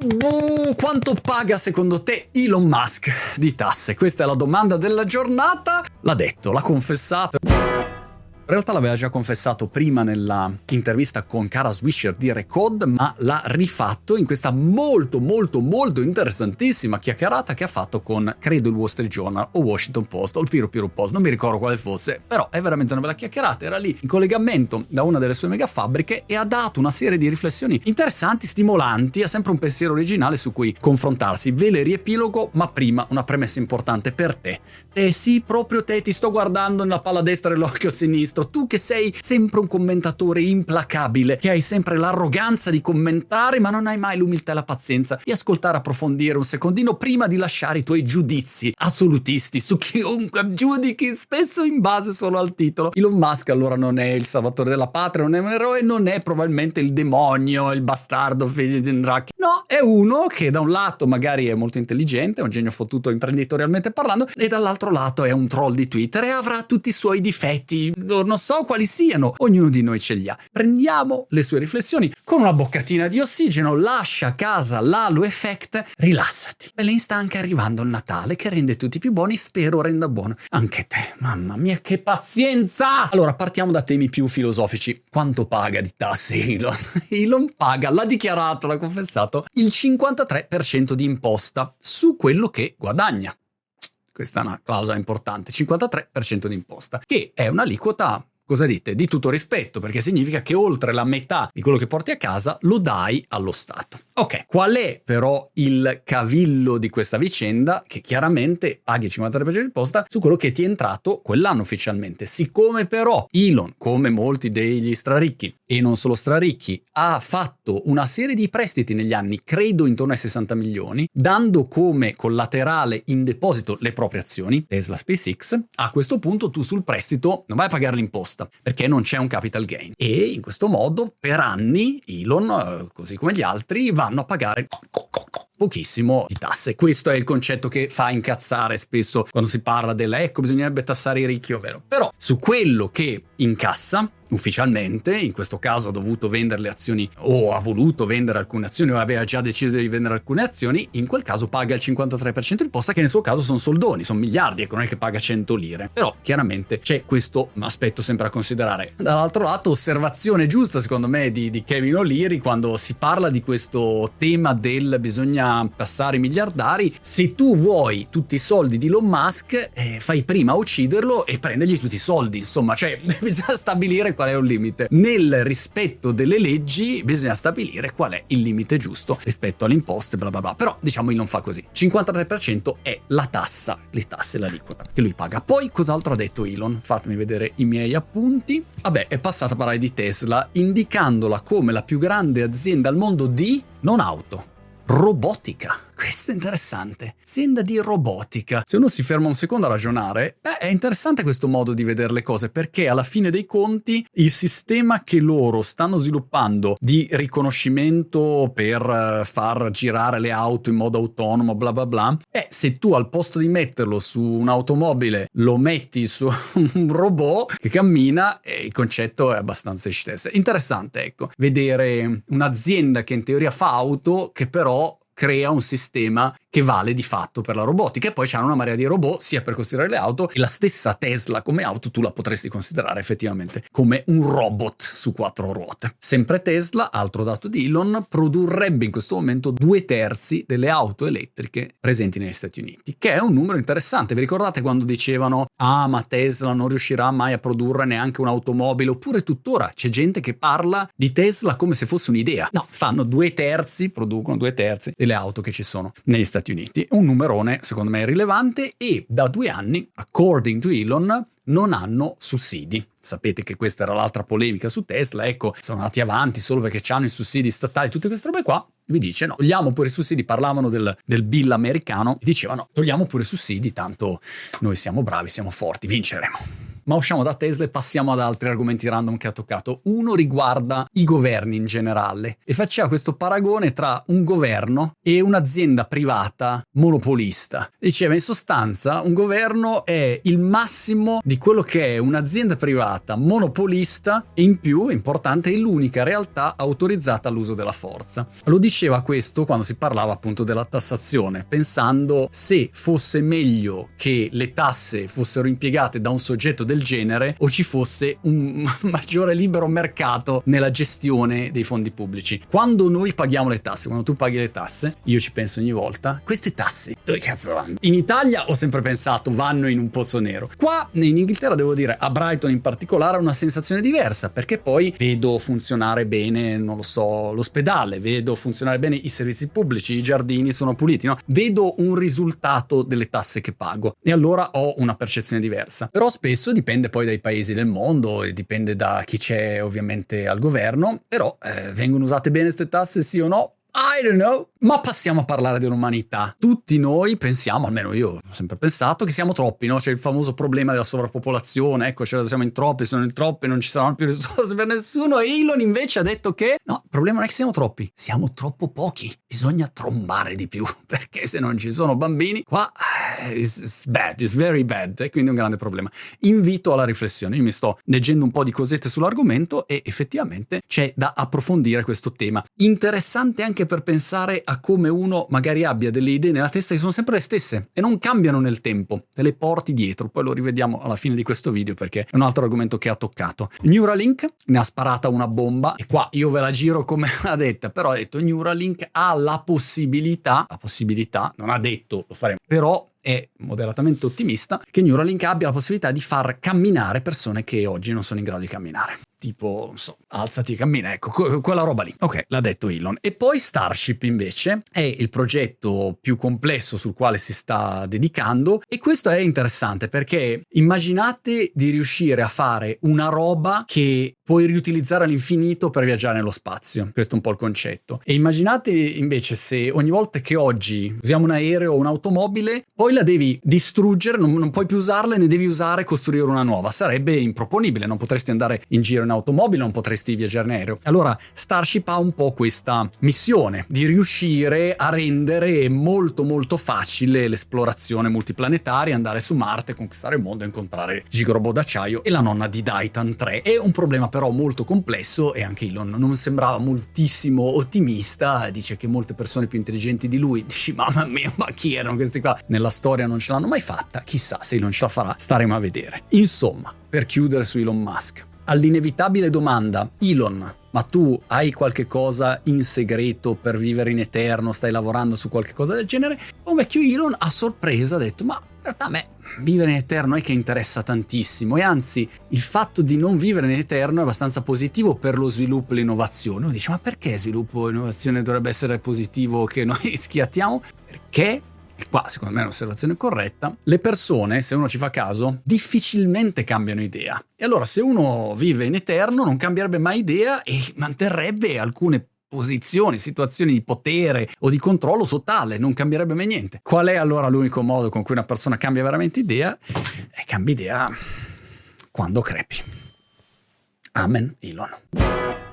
Quanto paga secondo te Elon Musk di tasse? Questa è la domanda della giornata. L'ha detto, l'ha confessato. In realtà l'aveva già confessato prima nella intervista con Kara Swisher di Recode, ma l'ha rifatto in questa molto interessantissima chiacchierata che ha fatto con, credo, il Wall Street Journal o Washington Post o il Piru Post, non mi ricordo quale fosse, però è veramente una bella chiacchierata. Era lì in collegamento da una delle sue mega fabbriche e ha dato una serie di riflessioni interessanti, stimolanti, ha sempre un pensiero originale su cui confrontarsi. Ve le riepilogo, ma prima una premessa importante per te. Sì, proprio te, ti sto guardando nella palla destra e l'occhio sinistro. Tu che sei sempre un commentatore implacabile, che hai sempre l'arroganza di commentare ma non hai mai l'umiltà e la pazienza di ascoltare, approfondire un secondino prima di lasciare i tuoi giudizi assolutisti su chiunque giudichi, spesso in base solo al titolo. Elon Musk allora non è il salvatore della patria, non è un eroe, non è probabilmente il demonio, il bastardo figlio di Dracula. No, è uno che da un lato magari è molto intelligente, è un genio fottuto imprenditorialmente parlando, e dall'altro lato è un troll di Twitter e avrà tutti i suoi difetti. Non so quali siano, ognuno di noi ce li ha. Prendiamo le sue riflessioni con una boccatina di ossigeno, lascia a casa l'halo effect, rilassati. Belen sta anche arrivando il Natale che rende tutti più buoni, spero renda buono anche te. Mamma mia, che pazienza! Allora, partiamo da temi più filosofici. Quanto paga di tasse Elon? Elon paga, l'ha dichiarato, l'ha confessato, il 53% di imposta su quello che guadagna. Questa è una clausola importante, 53% di imposta, che è un'aliquota, cosa dite, di tutto rispetto, perché significa che oltre la metà di quello che porti a casa lo dai allo Stato. Ok, qual è però il cavillo di questa vicenda? Che chiaramente paghi il 53% di imposta su quello che ti è entrato quell'anno ufficialmente. Siccome però Elon, come molti degli straricchi, e non solo straricchi, ha fatto una serie di prestiti negli anni, credo intorno ai 60 milioni, dando come collaterale in deposito le proprie azioni, Tesla, SpaceX, a questo punto tu sul prestito non vai a pagare l'imposta, perché non c'è un capital gain. E in questo modo per anni Elon, così come gli altri, vanno a pagare pochissimo di tasse. Questo è il concetto che fa incazzare spesso quando si parla ecco, bisognerebbe tassare i ricchi, ovvero. Però su quello che incassa ufficialmente, in questo caso ha dovuto vendere le azioni o ha voluto vendere alcune azioni o aveva già deciso di vendere alcune azioni, in quel caso paga il 53% di imposta, che nel suo caso sono soldoni, sono miliardi, ecco, non è che paga 100 lire. Però chiaramente c'è questo aspetto sempre a considerare. Dall'altro lato, osservazione giusta secondo me di Kevin O'Leary quando si parla di questo tema del bisogna tassare i miliardari. Se tu vuoi tutti i soldi di Elon Musk, fai prima a ucciderlo e prendergli tutti i soldi, insomma, cioè bisogna stabilire qual è un limite. Nel rispetto delle leggi bisogna stabilire qual è il limite giusto rispetto alle imposte, bla bla bla. Però diciamo non fa così. 53% è la tassa, le tasse, l'aliquota che lui paga. Poi cos'altro ha detto Elon? Fatemi vedere i miei appunti. Vabbè, è passata a parlare di Tesla, indicandola come la più grande azienda al mondo di non auto, robotica. Questo è interessante. Azienda di robotica. Se uno si ferma un secondo a ragionare, è interessante questo modo di vedere le cose, perché alla fine dei conti il sistema che loro stanno sviluppando di riconoscimento per far girare le auto in modo autonomo, bla bla bla, se tu al posto di metterlo su un'automobile lo metti su un robot che cammina, il concetto è abbastanza stesso. Interessante, ecco, vedere un'azienda che in teoria fa auto che però crea un sistema che vale di fatto per la robotica, e poi c'hanno una marea di robot sia per costruire le auto, e la stessa Tesla come auto tu la potresti considerare effettivamente come un robot su 4 ruote. Sempre Tesla, altro dato di Elon, produrrebbe in questo momento 2/3 delle auto elettriche presenti negli Stati Uniti, che è un numero interessante. Vi ricordate quando dicevano ma Tesla non riuscirà mai a produrre neanche un'automobile? Oppure tuttora c'è gente che parla di Tesla come se fosse un'idea. No, fanno 2/3, producono 2/3 delle auto che ci sono negli Stati Uniti. Un numerone secondo me rilevante, e da 2 anni, according to Elon, non hanno sussidi. Sapete che questa era l'altra polemica su Tesla, ecco, sono andati avanti solo perché hanno i sussidi statali, tutte queste robe qua. Vi dice no, togliamo pure i sussidi, parlavano del bill americano, e dicevano togliamo pure i sussidi, tanto noi siamo bravi, siamo forti, vinceremo. Ma usciamo da Tesla e passiamo ad altri argomenti random che ha toccato. Uno riguarda i governi in generale e faceva questo paragone tra un governo e un'azienda privata monopolista. Diceva in sostanza un governo è il massimo di quello che è un'azienda privata monopolista e in più, importante, è l'unica realtà autorizzata all'uso della forza. Lo diceva questo quando si parlava appunto della tassazione, pensando se fosse meglio che le tasse fossero impiegate da un soggetto del genere o ci fosse un maggiore libero mercato nella gestione dei fondi pubblici. Quando noi paghiamo le tasse, quando tu paghi le tasse, io ci penso ogni volta, queste tasse dove cazzo vanno? In Italia ho sempre pensato vanno in un pozzo nero. Qua in Inghilterra, devo dire, a Brighton in particolare, ho una sensazione diversa, perché poi vedo funzionare bene, non lo so, l'ospedale, vedo funzionare bene i servizi pubblici, i giardini sono puliti, no? Vedo un risultato delle tasse che pago e allora ho una percezione diversa. Però spesso dipende poi dai paesi del mondo e dipende da chi c'è ovviamente al governo, però vengono usate bene queste tasse, sì o no? I don't know. Ma passiamo a parlare dell'umanità. Tutti noi pensiamo, almeno io ho sempre pensato, che siamo troppi, no? C'è il famoso problema della sovrappopolazione, ecco, siamo in troppi, sono in troppi, non ci saranno più risorse per nessuno. E Elon invece ha detto che no, il problema non è che siamo troppi, siamo troppo pochi. Bisogna trombare di più, perché se non ci sono bambini, qua it's bad, it's very bad, e quindi è un grande problema. Invito alla riflessione. Io mi sto leggendo un po' di cosette sull'argomento e effettivamente c'è da approfondire questo tema. Interessante anche per pensare a come uno magari abbia delle idee nella testa che sono sempre le stesse e non cambiano nel tempo, te le porti dietro. Poi lo rivediamo alla fine di questo video perché è un altro argomento che ha toccato. Neuralink ne ha sparata una bomba e qua io ve la giro come l'ha detta, però ha detto Neuralink ha la possibilità, non ha detto lo faremo, però è moderatamente ottimista che Neuralink abbia la possibilità di far camminare persone che oggi non sono in grado di camminare. Tipo, non so, alzati e cammina, ecco, quella roba lì. Ok, l'ha detto Elon. E poi Starship invece è il progetto più complesso sul quale si sta dedicando e questo è interessante perché immaginate di riuscire a fare una roba che puoi riutilizzare all'infinito per viaggiare nello spazio. Questo è un po' il concetto. E immaginate invece se ogni volta che oggi usiamo un aereo o un'automobile, poi la devi distruggere, non puoi più usarla e ne devi usare e costruire una nuova. Sarebbe improponibile, non potresti andare in giro in automobile, non potresti viaggiare in aereo. Allora Starship ha un po' questa missione di riuscire a rendere molto molto facile l'esplorazione multiplanetaria, andare su Marte, conquistare il mondo, incontrare Gigrobo d'acciaio e la nonna di Daitan 3. È un problema però molto complesso e anche Elon non sembrava moltissimo ottimista, dice che molte persone più intelligenti di lui, dici mamma mia, ma chi erano questi qua? Nella storia non ce l'hanno mai fatta, chissà se Elon ce la farà, staremo a vedere. Insomma, per chiudere su Elon Musk, all'inevitabile domanda, Elon, ma tu hai qualche cosa in segreto per vivere in eterno, stai lavorando su qualche cosa del genere? Un vecchio Elon a sorpresa ha detto, ma in realtà a me vivere in eterno è che interessa tantissimo e anzi il fatto di non vivere in eterno è abbastanza positivo per lo sviluppo e l'innovazione. Uno dice, ma perché sviluppo e innovazione dovrebbe essere positivo che noi schiattiamo? Perché? E qua secondo me è un'osservazione corretta, le persone, se uno ci fa caso, difficilmente cambiano idea. E allora se uno vive in eterno non cambierebbe mai idea e manterrebbe alcune posizioni, situazioni di potere o di controllo totale, non cambierebbe mai niente. Qual è allora l'unico modo con cui una persona cambia veramente idea? Cambia idea quando crepi. Amen, Elon.